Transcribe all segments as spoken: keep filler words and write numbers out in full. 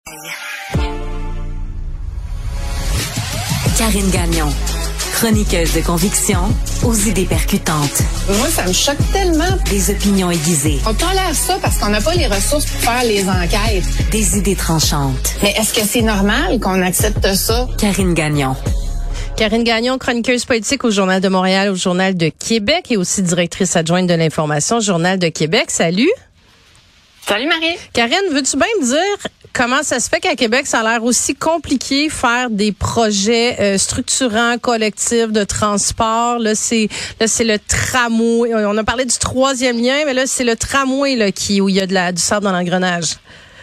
Karine Gagnon, chroniqueuse de conviction aux idées percutantes. Moi, ça me choque tellement. Des opinions aiguisées. On tolère ça parce qu'on n'a pas les ressources pour faire les enquêtes. Des idées tranchantes. Mais est-ce que c'est normal qu'on accepte ça? Karine Gagnon. Karine Gagnon, chroniqueuse politique au Journal de Montréal, au Journal de Québec et aussi directrice adjointe de l'information, Journal de Québec. Salut. Salut Marie. Karine, veux-tu bien me dire comment ça se fait qu'à Québec, ça a l'air aussi compliqué faire des projets euh, structurants, collectifs de transport? Là, c'est là, c'est le tramway. On a parlé du troisième lien, mais là, c'est le tramway là, qui, où il y a de la, du sable dans l'engrenage.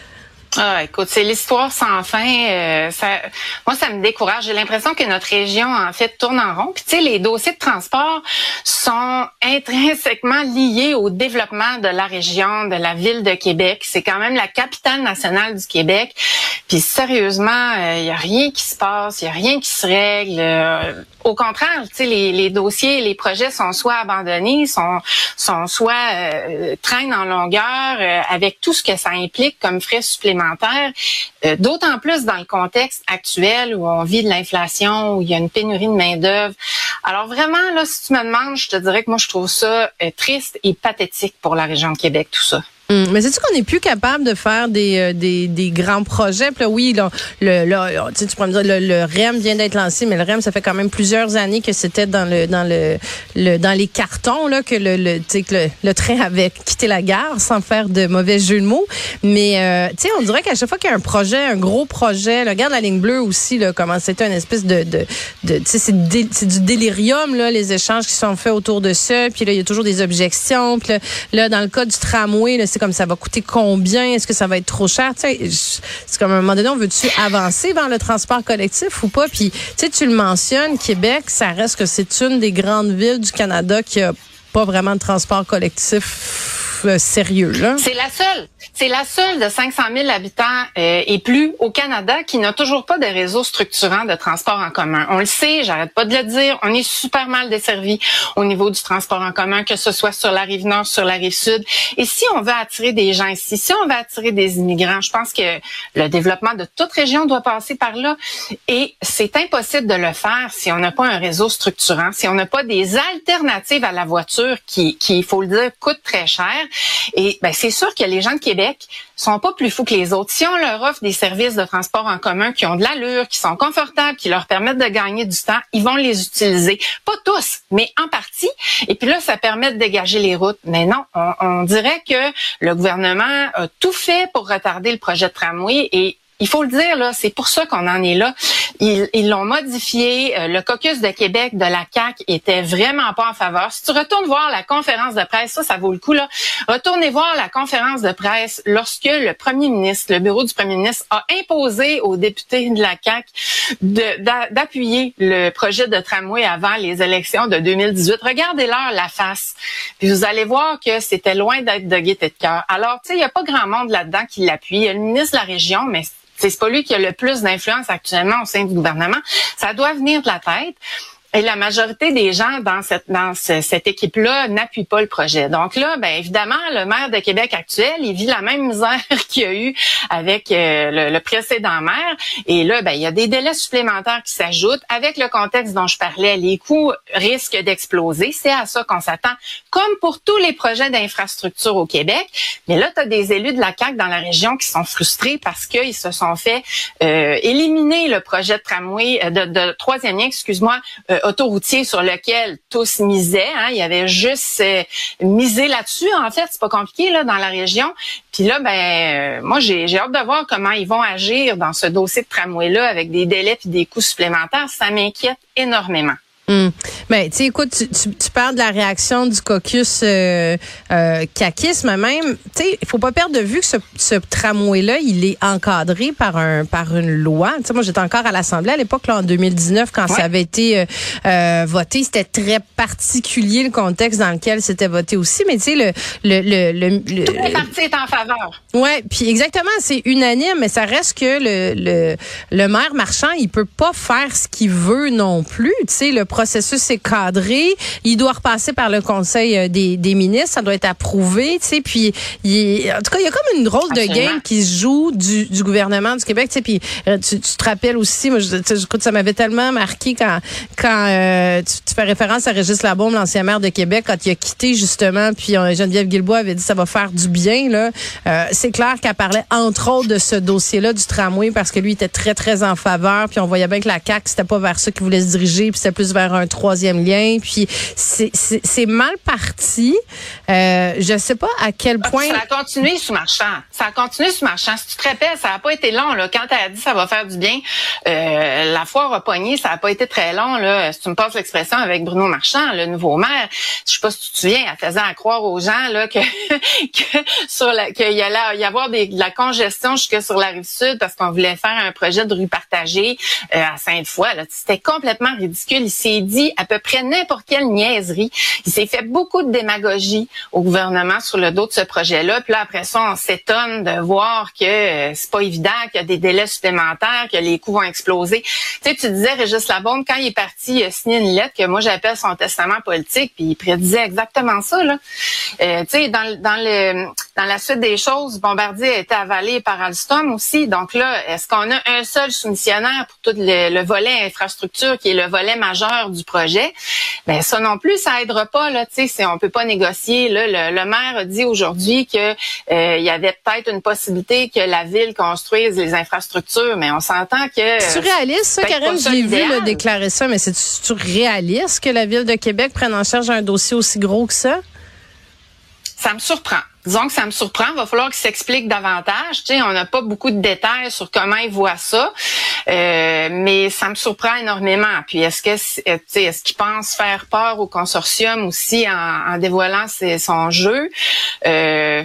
Ah, écoute, c'est l'histoire sans fin. Euh, ça, moi, ça me décourage. J'ai l'impression que notre région, en fait, tourne en rond. Puis, tu sais, les dossiers de transport sont intrinsèquement liés au développement de la région, de la ville de Québec. C'est quand même la capitale nationale du Québec. Puis, sérieusement, il euh, y a rien qui se passe, il y a rien qui se règle. Euh, au contraire, tu sais, les, les dossiers, les projets sont soit abandonnés, sont, sont soit euh, traînent en longueur euh, avec tout ce que ça implique comme frais supplémentaires. Euh, d'autant plus dans le contexte actuel où on vit de l'inflation, où il y a une pénurie de main-d'œuvre. Alors vraiment, là, si tu me demandes, je te dirais que moi, je trouve ça euh, triste et pathétique pour la région de Québec, tout ça. Hum, mais c'est-tu qu'on n'est plus capable de faire des euh, des, des grands projets? Puis là, oui, là, le, là, tu sais, tu pourrais me dire, le, le R E M vient d'être lancé, mais le R E M, ça fait quand même plusieurs années que c'était dans le dans le, le dans les cartons là que le, le tu sais que le, le train avait quitté la gare, sans faire de mauvais jeu de mots. Mais euh, tu sais, on dirait qu'à chaque fois qu'il y a un projet, un gros projet, là, regarde la ligne bleue aussi là, comment c'était une espèce de de, de tu sais, c'est, dé, c'est du délirium là, les échanges qui sont faits autour de ça. Puis là, il y a toujours des objections. Puis là, là, dans le cas du tramway, là, c'est comme ça va coûter combien? Est-ce que ça va être trop cher? Tu sais, c'est comme à un moment donné, on veut-tu avancer vers le transport collectif ou pas? Puis, tu sais, tu le mentionnes, Québec, ça reste que c'est une des grandes villes du Canada qui a pas vraiment de transport collectif euh, sérieux, là. C'est la seule. C'est la seule de cinq cent mille habitants euh, et plus au Canada qui n'a toujours pas de réseau structurant de transport en commun. On le sait, j'arrête pas de le dire, on est super mal desservi au niveau du transport en commun, que ce soit sur la rive nord, sur la rive sud. Et si on veut attirer des gens ici, si on veut attirer des immigrants, je pense que le développement de toute région doit passer par là. Et c'est impossible de le faire si on n'a pas un réseau structurant, si on n'a pas des alternatives à la voiture qui, qui, il faut le dire, coûtent très cher. Et ben c'est sûr que les gens de Québec sont pas plus fous que les autres. Si on leur offre des services de transport en commun qui ont de l'allure, qui sont confortables, qui leur permettent de gagner du temps, ils vont les utiliser. Pas tous, mais en partie. Et puis là, ça permet de dégager les routes. Mais non, on, on dirait que le gouvernement a tout fait pour retarder le projet de tramway et il faut le dire, là, c'est pour ça qu'on en est là. Ils, ils l'ont modifié. Le caucus de Québec de la C A Q était vraiment pas en faveur. Si tu retournes voir la conférence de presse, ça, ça vaut le coup, là. Retournez voir la conférence de presse lorsque le premier ministre, le bureau du premier ministre, a imposé aux députés de la C A Q de, d'a, d'appuyer le projet de tramway avant les élections de deux mille dix-huit. Regardez-leur la face. Puis vous allez voir que c'était loin d'être de gaieté de cœur. Alors, tu sais, il n'y a pas grand monde là-dedans qui l'appuie. Il y a le ministre de la région, mais c'est pas lui qui a le plus d'influence actuellement au sein du gouvernement. Ça doit venir de la tête. Et la majorité des gens dans cette dans ce, cette équipe-là n'appuient pas le projet. Donc là, ben évidemment, le maire de Québec actuel, il vit la même misère qu'il y a eu avec euh, le, le précédent maire. Et là, ben il y a des délais supplémentaires qui s'ajoutent. Avec le contexte dont je parlais, les coûts risquent d'exploser. C'est à ça qu'on s'attend, comme pour tous les projets d'infrastructure au Québec. Mais là, tu as des élus de la C A Q dans la région qui sont frustrés parce qu'ils se sont fait euh, éliminer le projet de tramway, de, de troisième lien, excuse-moi, euh, autoroutier sur lequel tous misaient. Hein. Il y avait juste euh, misé là-dessus. En fait, c'est pas compliqué là dans la région. Puis là, ben, euh, moi, j'ai, j'ai hâte de voir comment ils vont agir dans ce dossier de tramway-là avec des délais puis des coûts supplémentaires. Ça m'inquiète énormément. Hum. Ben, tu sais, écoute, tu, tu, tu parles de la réaction du caucus euh, euh, caquisme même. Tu sais, il faut pas perdre de vue que ce, ce tramway-là, il est encadré par un par une loi. Tu sais, moi, j'étais encore à l'Assemblée à l'époque, là, en deux mille dix-neuf, quand ouais. ça avait été euh, euh, voté. C'était très particulier le contexte dans lequel c'était voté aussi. Mais tu sais, le le le, le, le tout le parti est en faveur. Ouais, puis exactement, c'est unanime, mais ça reste que le le le maire Marchand, il peut pas faire ce qu'il veut non plus. Tu sais, le processus c'est cadré. Il doit repasser par le Conseil des, des ministres. Ça doit être approuvé, tu sais. Puis, il, en tout cas, il y a comme une drôle Absolument. de game qui se joue du, du gouvernement du Québec, tu sais. Puis, tu, tu te rappelles aussi, moi, je, tu sais, ça m'avait tellement marqué quand, quand euh, tu, tu fais référence à Régis Labaume, l'ancien maire de Québec, quand il a quitté justement. Puis, euh, Geneviève Guilbeault avait dit ça va faire du bien, là. Euh, c'est clair qu'elle parlait entre autres de ce dossier-là du tramway parce que lui était très très en faveur, puis on voyait bien que la C A Q c'était pas vers ça qu'il voulait se diriger, puis c'était plus vers un troisième lien, puis c'est c'est, c'est mal parti. Euh, je sais pas à quel point. Ça a continué sous Marchand. Ça a continué sous Marchand. Si tu te rappelles, ça a pas été long là. Quand elle a dit ça va faire du bien, euh, la foire a pogné, ça a pas été très long là. Si tu me passes l'expression avec Bruno Marchand, le nouveau maire, je sais pas si tu te souviens, elle faisait à croire aux gens là que, que sur la qu'il y allait y avoir des, de la congestion jusque sur la rive sud parce qu'on voulait faire un projet de rue partagée euh, à Sainte-Foy. Là. C'était complètement ridicule. Il s'est dit à peu près n'importe quelle niaiserie. Il s'est fait beaucoup de démagogie au gouvernement sur le dos de ce projet-là. Puis là, après ça, on s'étonne de voir que euh, c'est pas évident, qu'il y a des délais supplémentaires, que les coûts vont exploser. Tu sais, tu disais, Régis Labaume, quand il est parti, il a signé une lettre que moi j'appelle son testament politique, puis il prédisait exactement ça. Là. Euh, tu sais, dans, dans, le, dans la suite des choses, Bombardier a été avalé par Alstom aussi. Donc là, est-ce qu'on a un seul soumissionnaire pour tout le, le volet infrastructure qui est le volet majeur du projet? Ben ça non plus, ça aidera pas là. Tu sais, on peut pas négocier. Là, le, le maire a dit aujourd'hui que euh, il y avait peut-être une possibilité que la ville construise les infrastructures, mais on s'entend que. C'est surréaliste, ça, Karine. J'ai vu là, déclarer ça, mais c'est surréaliste que la ville de Québec prenne en charge un dossier aussi gros que ça? Ça me surprend. Disons que ça me surprend. Il va falloir qu'il s'explique davantage. Tu sais, on n'a pas beaucoup de détails sur comment il voit ça, euh, mais ça me surprend énormément. Puis est-ce que, tu sais, est-ce qu'il pense faire peur au consortium aussi en, en dévoilant ses, son jeu? Euh,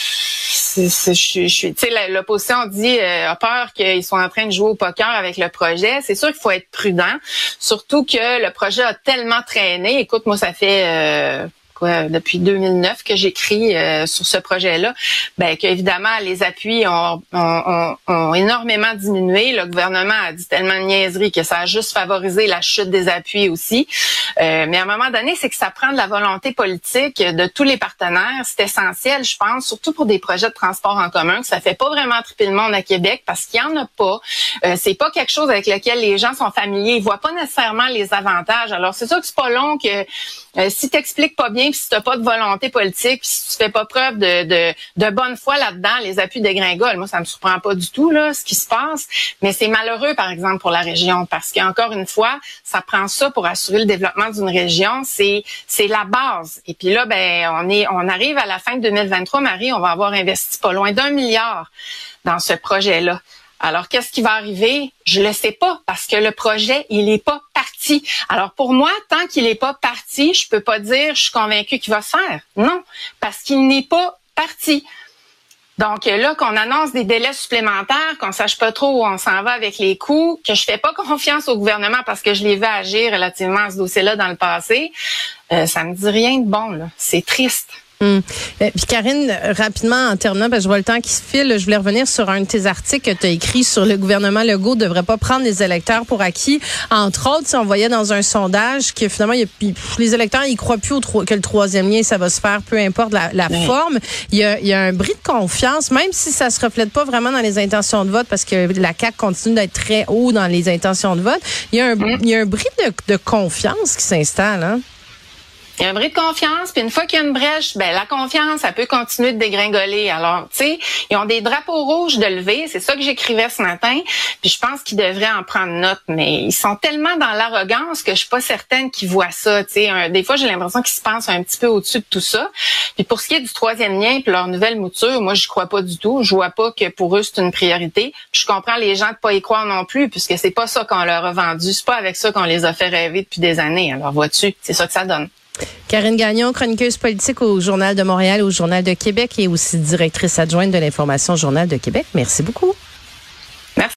c'est, c'est, je, je, tu sais, l'opposition dit euh, a peur qu'ils soient en train de jouer au poker avec le projet. C'est sûr qu'il faut être prudent, surtout que le projet a tellement traîné. Écoute, moi, ça fait euh, Quoi, depuis deux mille neuf que j'écris euh, sur ce projet-là, ben qu'évidemment les appuis ont, ont, ont, ont énormément diminué. Le gouvernement a dit tellement de niaiseries que ça a juste favorisé la chute des appuis aussi. Euh, mais à un moment donné, c'est que ça prend de la volonté politique de tous les partenaires. C'est essentiel, je pense, surtout pour des projets de transport en commun, que ça fait pas vraiment triper le monde à Québec parce qu'il y en a pas. Euh, c'est pas quelque chose avec lequel les gens sont familiers. Ils voient pas nécessairement les avantages. Alors c'est sûr que c'est pas long que euh, si t'expliques pas bien, puis si t'as pas de volonté politique, puis si tu fais pas preuve de, de, de bonne foi là-dedans, les appuis dégringolent. Moi, ça me surprend pas du tout là, ce qui se passe, mais c'est malheureux, par exemple, pour la région, parce qu'encore une fois, ça prend ça pour assurer le développement d'une région. C'est c'est la base. Et puis là, ben, on est on arrive à la fin de deux mille vingt-trois, Marie, on va avoir investi pas loin d'un milliard dans ce projet-là. Alors, qu'est-ce qui va arriver? Je le sais pas parce que le projet, il est pas parti. Alors, pour moi, tant qu'il est pas parti, je peux pas dire je suis convaincue qu'il va se faire. Non, parce qu'il n'est pas parti. Donc là, qu'on annonce des délais supplémentaires, qu'on sache pas trop où on s'en va avec les coûts, que je fais pas confiance au gouvernement parce que je l'ai vu agir relativement à ce dossier-là dans le passé, euh, ça me dit rien de bon, là. C'est triste. Hum. Euh, puis Karine, rapidement en terminant, parce que je vois le temps qui se file, je voulais revenir sur un de tes articles que tu as écrit sur le gouvernement Legault ne devrait pas prendre les électeurs pour acquis. Entre autres, si on voyait dans un sondage que finalement, il y a, les électeurs ils croient plus au tro- que le troisième lien, ça va se faire, peu importe la, la oui. forme. Il y, a, il y a un bris de confiance, même si ça se reflète pas vraiment dans les intentions de vote, parce que la C A Q continue d'être très haut dans les intentions de vote. Il y a un, oui. il y a un bris de, de confiance qui s'installe, hein? Il y a un bris de confiance, puis une fois qu'il y a une brèche, ben la confiance, ça peut continuer de dégringoler. Alors, tu sais, ils ont des drapeaux rouges de lever, c'est ça que j'écrivais ce matin, puis je pense qu'ils devraient en prendre note, mais ils sont tellement dans l'arrogance que je suis pas certaine qu'ils voient ça, tu sais. Des fois, j'ai l'impression qu'ils se pensent un petit peu au-dessus de tout ça. Puis pour ce qui est du troisième lien puis leur nouvelle mouture, moi, j'y crois pas du tout. Je vois pas que pour eux, c'est une priorité. Puis je comprends les gens de pas y croire non plus, puisque c'est pas ça qu'on leur a vendu, c'est pas avec ça qu'on les a fait rêver depuis des années. Alors, vois-tu, c'est ça que ça donne. Karine Gagnon, chroniqueuse politique au Journal de Montréal, au Journal de Québec et aussi directrice adjointe de l'information Journal de Québec. Merci beaucoup.